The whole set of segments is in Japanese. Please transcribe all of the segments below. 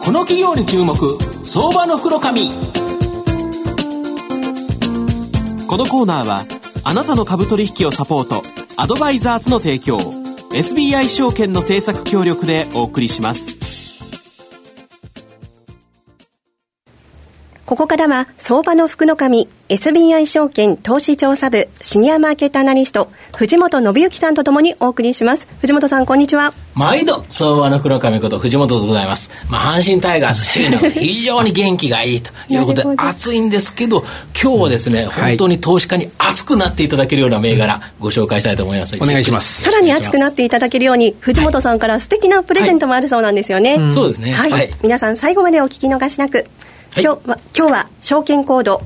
この企業に注目、相場の袋紙。このコーナーはあなたの株取引をサポート、アドバイザーズの提供、 SBI 証券の政策協力でお送りします。 ここからは相場の福の神 SBI 証券投資調査部シニアマーケットアナリスト藤本信之さんとともにお送りします。藤本さん、こんにちは。 毎度相場の福の神こと藤本でございます。阪神タイガースチームが非常に元気がいいということで熱いんですけど、今日はですね、本当に投資家に熱くなっていただけるような銘柄ご紹介したいと思います。 お願いします。 さらに熱くなっていただけるように藤本さんから素敵なプレゼントもあるそうなんですよね。 そうですね、 皆さん最後までお聞き逃しなく。今日は証券コード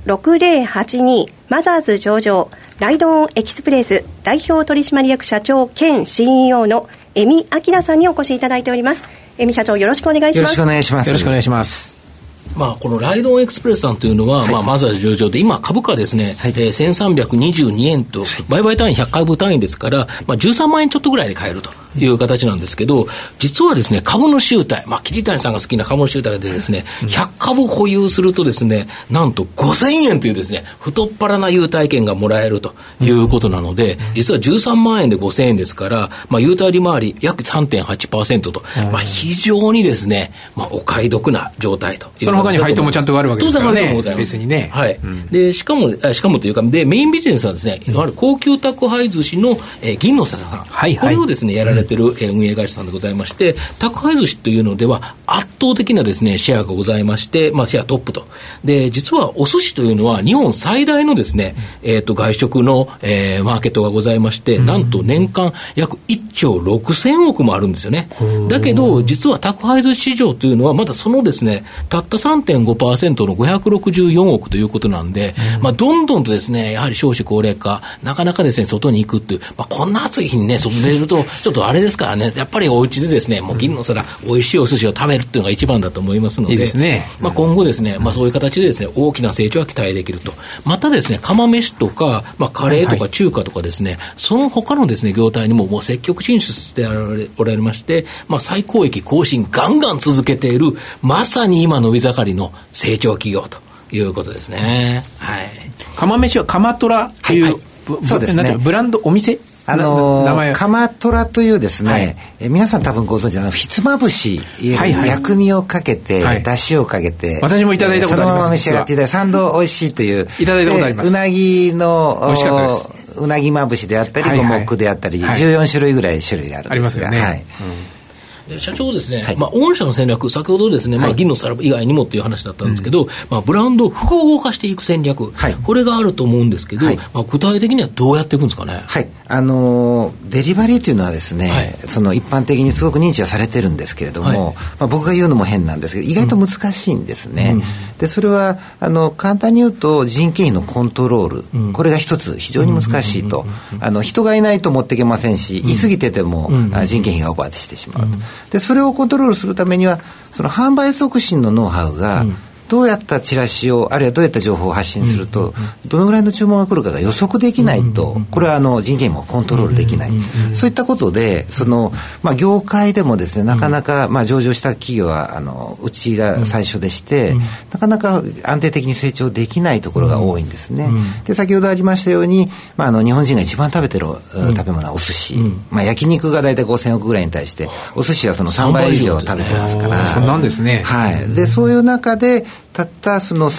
6082マザーズ上場ライドオンエキスプレス代表取締役社長兼 CEO の江見明さんにお越しいただいております。江見社長、よろしくお願いします。 よろしくお願いします。よろしくお願いします。 このライドオンエクスプレスさんというのは、マザーズ上場で今株価ですね、1322円と売買単位100株単位ですから、13万円ちょっとぐらいで買えるという形なんですけど、実はですね、株主優待、桐谷さんが好きな株主優待でですね、100株保有するとですね、なんと5000円というですね、太っ腹な優待券がもらえるということなので、実は13万円で5000円ですから、優待利回り約 3.8% と、非常にですね、お買い得な状態という。 その他に配当もちゃんとあるわけですからね。別にね。 で、しかもというか、で、メインビジネスはですね、いわゆる高級宅配寿司の、銀の皿さん。これをですね、やられている、運営会社さんでございまして、宅配寿司というのでは圧倒的なですね、シェアがございまして、シェアトップと。で、実はお寿司というのは日本最大のですね、外食の、マーケットがございまして、なんと年間約1兆6000億もあるんですよね。だけど、実は宅配寿司市場というのはまだそのですね、たった 3.5% の564億ということなんで、どんどんとですね、やはり少子高齢化、なかなかですね、外に行くっていう、こんな暑い日にね、外出ると、ちょっとあれですからね、やっぱりお家でですね、もう銀の皿、美味しいお寿司を食べるっていうのが一番だと思いますので、 いいですね。 今後ですね、そういう形でですね、大きな成長が期待できると。またですね、釜飯とか、カレーとか中華とかですね、その他のですね、業態にももう積極進出しておられまして、最高益更新ガンガン続けている、まさに今伸び盛りの成長企業ということですね。 釜飯は釜トラという、 そうですね、 ブランド、お店名前釜トラというですね、皆さん多分ご存知ひつまぶし、薬味をかけて、だしをかけて、 私もいただいたことあります。 そのまま召し上がっていただいて、3度美味しいという、 いただいたことあります。 うなぎの美味しかったです。 うなぎまぶしであったり、五目であったり、14種類ぐらい種類があるんですが、 ありますよね。 社長ですね、御社の戦略、先ほどですね、銀の皿以外にもという話だったんですけど、ブランドを複合化していく戦略、これがあると思うんですけど、具体的にはどうやっていくんですかね。 デリバリーというのはですね、その一般的にすごく認知はされてるんですけれども、僕が言うのも変なんですけど、意外と難しいんですね。で、それは簡単に言うと人件費のコントロール、これが一つ非常に難しいと。人がいないと持っていけませんし、いすぎてても人件費がオーバーしてしまうと。で、それをコントロールするためには、その販売促進のノウハウが、どうやったチラシを、あるいはどうやった情報を発信すると、どのぐらいの注文が来るかが予測できないと、これは人件費もコントロールできない。そういったことで、業界でもですね、なかなか、上場した企業は、うちが最初でして、なかなか安定的に成長できないところが多いんですね。で、先ほどありましたように、日本人が一番食べてる食べ物はお寿司。焼肉が大体5000億ぐらいに対して、お寿司はその3倍以上食べてますから。 そうなんですね。 で、そういう中で、たったその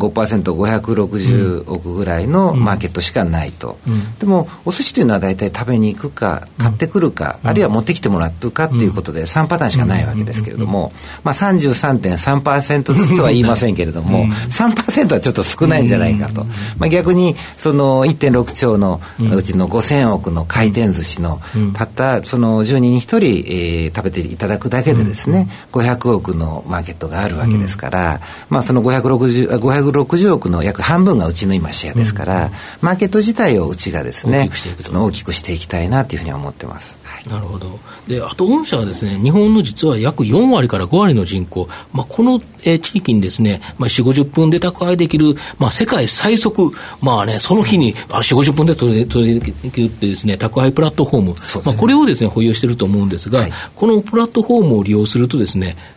3.5%560 億ぐらいのマーケットしかないと、でもお寿司というのは大体食べに行くか買ってくるか、あるいは持ってきてもらうかということで3パターンしかないわけですけれども、33.3% ずつは言いませんけれども、3% はちょっと少ないんじゃないかと、逆にその 1.6 兆のうちの5000億の回転寿司のたったその10人に1人、食べていただくだけでですね、500億のマーケットがあるわけですから、その560億の約半分がうちの今シェアですから、マーケット自体をうちがですね大きくしていきたいなというふうに思ってます。 なるほど。で、あと御社はですね、日本の実は約4割から5割の人口、この、地域にですね、4、50分で宅配できる、世界最速、その日に4、50分で取りできるってですね、宅配プラットフォーム、これをですね、保有していると思うんですが、このプラットフォームを利用するとですね、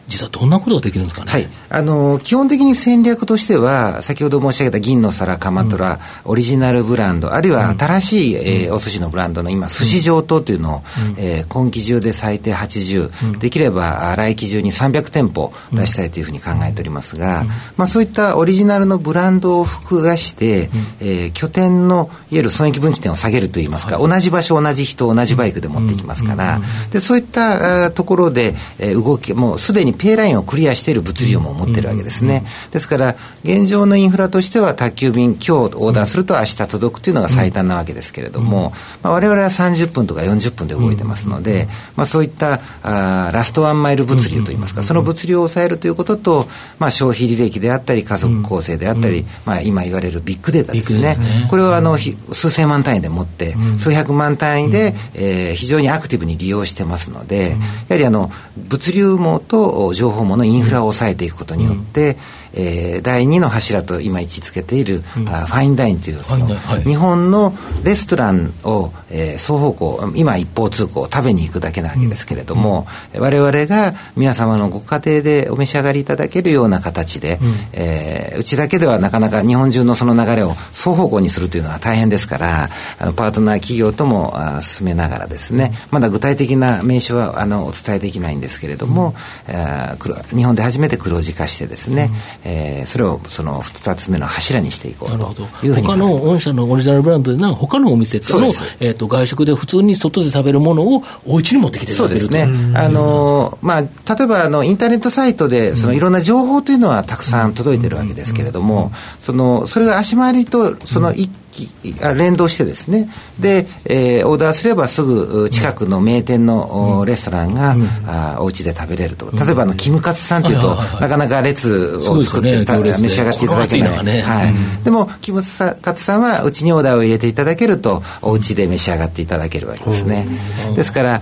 実はどんなことができるんですかね。 はい、基本的に戦略としては先ほど申し上げた銀の皿、カマトラ、オリジナルブランド、あるいは新しい、お寿司のブランドの今寿司上等というのを、今期中で最低80、できれば来期中に300店舗出したいというふうに考えておりますが、そういったオリジナルのブランドを含がして、拠点のいわゆる損益分岐点を下げるといいますか、同じ場所、同じ人、同じバイクで持っていきますから、でそういったところで、動きもうすでにペイラインをクリアしている物流も持っているわけですね。ですから現状のインフラとしては宅急便今日オーダーすると明日届くというのが最短なわけですけれども、我々は30分とか40分で動いてますので、そういったラストワンマイル物流といいますか、その物流を抑えるということと、消費履歴であったり家族構成であったり、今言われるビッグデータですね、これを数千万単位で持って数百万単位で、非常にアクティブに利用してますので、やはり物流網と情報網のインフラを抑えていくことによって、第2の柱と今位置づけている、ファインダインという日本のレストランを、双方向、今一方通行食べに行くだけなわけですけれども、我々が皆様のご家庭でお召し上がりいただけるような形で、うちだけではなかなか日本中のその流れを双方向にするというのは大変ですから、パートナー企業とも進めながらですね、まだ具体的な名称はお伝えできないんですけれども、日本で初めて黒字化してですね、それをその2つ目の柱にしていこうというふうに。 他の御社のオリジナルブランドで他のお店との、外食で普通に外で食べるものをお家に持ってきて食べると。そうですね。例えばインターネットサイトでいろんな情報というのはたくさん届いているわけですけれども、それが足回りと連動してですね、で、オーダーすればすぐ近くの名店のレストランが、お家で食べれると。例えばキムカツさんというと、なかなか列を作って召し上がっていただけない、でもキムカツさんはうちにオーダーを入れていただけるとお家で召し上がっていただけるわけですね。ですから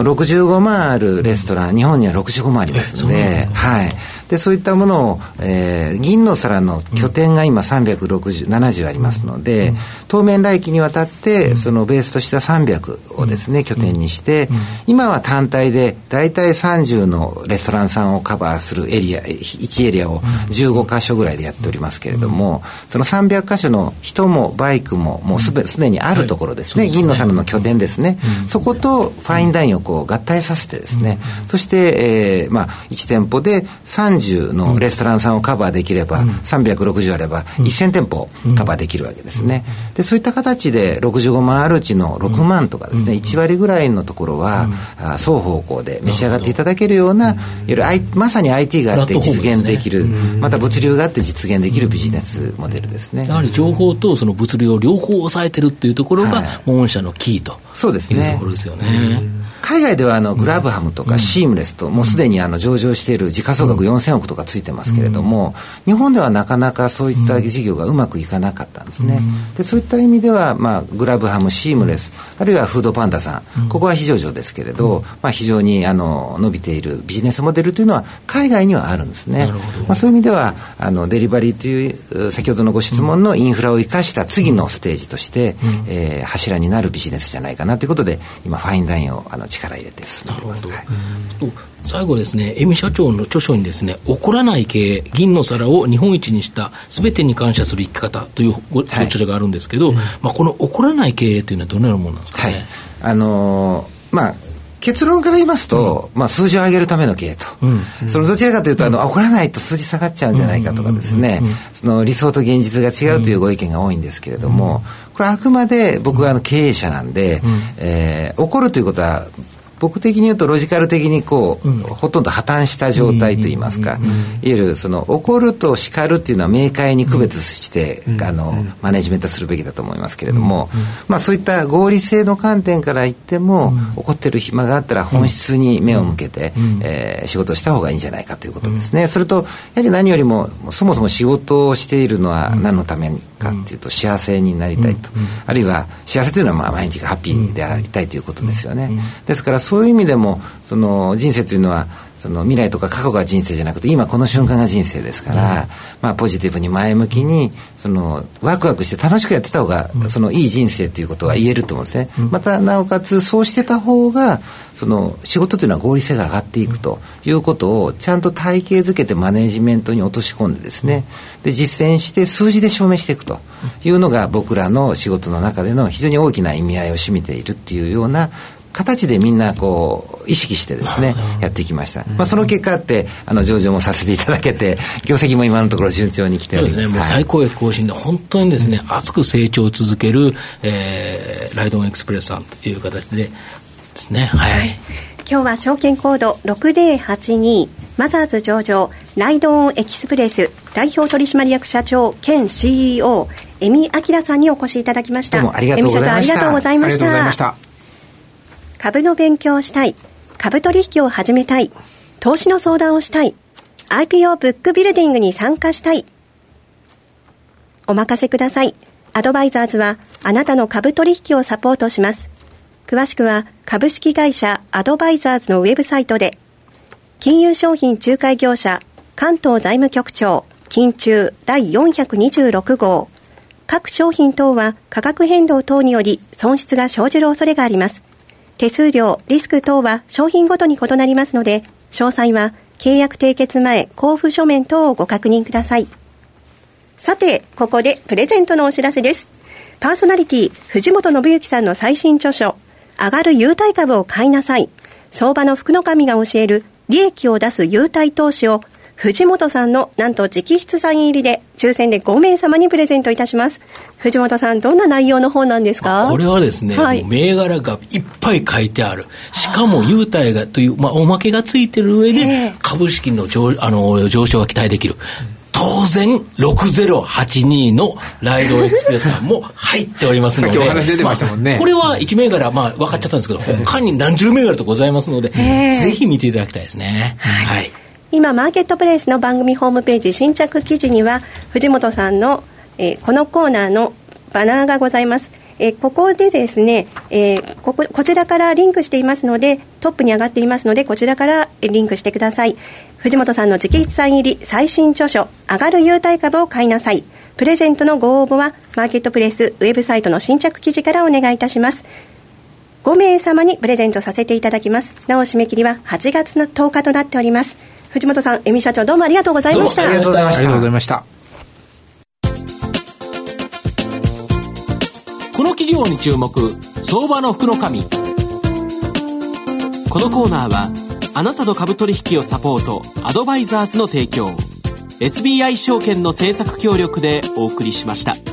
65万あるレストラン、日本には65万ありますので、そういったものを、銀の皿の拠点が今370ありますので、当面来期にわたってそのベースとしては300をですね、拠点にして、今は単体でだいたい30のレストランさんをカバーするエリア、1エリアを15箇所ぐらいでやっておりますけれども、その300箇所の人もバイクももうすでにあるところですね、銀の皿の拠点ですね、そことファインダインを合体させてですね、そして、1店舗で30のレストランさんをカバーできれば、360あれば1000店舗カバーできるわけですね。でそういった形で65万あるうちの6万とかですね、1割ぐらいのところは、双方向で召し上がっていただけるような、まさに IT があって実現できる、また物流があって実現できるビジネスモデルですね。 やはり情報とその物流を両方抑えてるっていうところが、御社のキーというところですよね。 海外ではグラブハムとかシームレスと、もうすでに上場している時価総額4000億とかついてますけれども、日本ではなかなかそういった事業がうまくいかなかったんですね。でそういった意味では、グラブハム、シームレス、あるいはフードパンダさん、ここは非上場ですけれど、非常に伸びているビジネスモデルというのは海外にはあるんですね。そういう意味ではデリバリーという先ほどのご質問のインフラを生かした次のステージとして、柱になるビジネスじゃないかなということで、今ファインダインを力入れて進めています。 最後ですね、江見社長の著書にですね、怒らない経営、銀の皿を日本一にした全てに感謝する生き方という著書があるんですけど、この怒らない経営というのはどのようなものなんですかね。 結論から言いますと、数字を上げるための経営と、そのどちらかというと怒らないと数字下がっちゃうんじゃないかとかですね、その理想と現実が違うというご意見が多いんですけれども、これはあくまで僕は経営者なんで、怒るということは僕的に言うとロジカル的にほとんど破綻した状態といいますか、いわゆる怒ると叱るっていうのは明快に区別して、マネジメントするべきだと思いますけれども、そういった合理性の観点から言っても、怒ってる暇があったら本質に目を向けて、仕事をした方がいいんじゃないかということですね。それとやはり何よりもそもそも仕事をしているのは何のためかっていうと、幸せになりたいと、あるいは幸せというのは毎日がハッピーでありたいということですよね。ですからそういう意味でも人生というのはその未来とか過去が人生じゃなくて今この瞬間が人生ですから、まあ、ポジティブに前向きにそのワクワクして楽しくやってた方がそのいい人生ということは言えると思うんですね。またなおかつそうしてた方がその仕事というのは合理性が上がっていくということをちゃんと体系づけてマネジメントに落とし込んでですね、で実践して数字で証明していくというのが僕らの仕事の中での非常に大きな意味合いを占めているっていうような形でみんなこう意識してですねやってきました。まあ、その結果って上場もさせていただけて業績も今のところ順調に来ております。 そうですね、もう最高益更新で本当にですね、熱く成長を続ける、ライドオンエクスプレスさんという形でですね、はい、 今日は証券コード6082マザーズ上場ライドオンエキスプレス代表取締役社長兼 CEO 江見明さんにお越しいただきました。 どうもありがとうございました。 江見社長ありがとうございました。 ありがとうございました。 株の勉強をしたい、株取引を始めたい、投資の相談をしたい、 IPO ブックビルディングに参加したい、お任せください。アドバイザーズはあなたの株取引をサポートします。詳しくは株式会社アドバイザーズのウェブサイトで。金融商品仲介業者関東財務局長金中第426号。各商品等は価格変動等により損失が生じる恐れがあります。手数料、リスク等は商品ごとに異なりますので、詳細は契約締結前交付書面等をご確認ください。さて、ここでプレゼントのお知らせです。パーソナリティ藤本信之さんの最新著書、上がる優待株を買いなさい、相場の福の神が教える利益を出す優待投資を藤本さんのなんと直筆サイン入りで抽選で5名様にプレゼントいたします。藤本さん、どんな内容の方なんですか？ これはですね、 はい、 もう銘柄がいっぱい書いてある、しかも優待がという、おまけがついてる上で株式の上昇が期待できる。当然6082のライドエクスプレスさんも入っておりますので、 さっきお話出てましたもんね。 これは1銘柄、分かっちゃったんですけど、他に何十銘柄とございますので、ぜひ見ていただきたいですね。はい。 今マーケットプレイスの番組ホームページ新着記事には藤本さんの、このコーナーのバナーがございます。ここでですね、こちらからリンクしていますので、トップに上がっていますので、こちらからリンクしてください。藤本さんの直筆サイン入り最新著書、上がる優待株を買いなさい。プレゼントのご応募はマーケットプレイスウェブサイトの新着記事からお願いいたします。5名様にプレゼントさせていただきます。なお締め切りは8月の10日となっております。藤本さん、江見社長、どうもありがとうございました。 ありがとうございました。 ありがとうございました。 この企業に注目、相場の福の神。このコーナーはあなたの株取引をサポート、アドバイザーズの提供、SBI 証券の政策協力でお送りしました。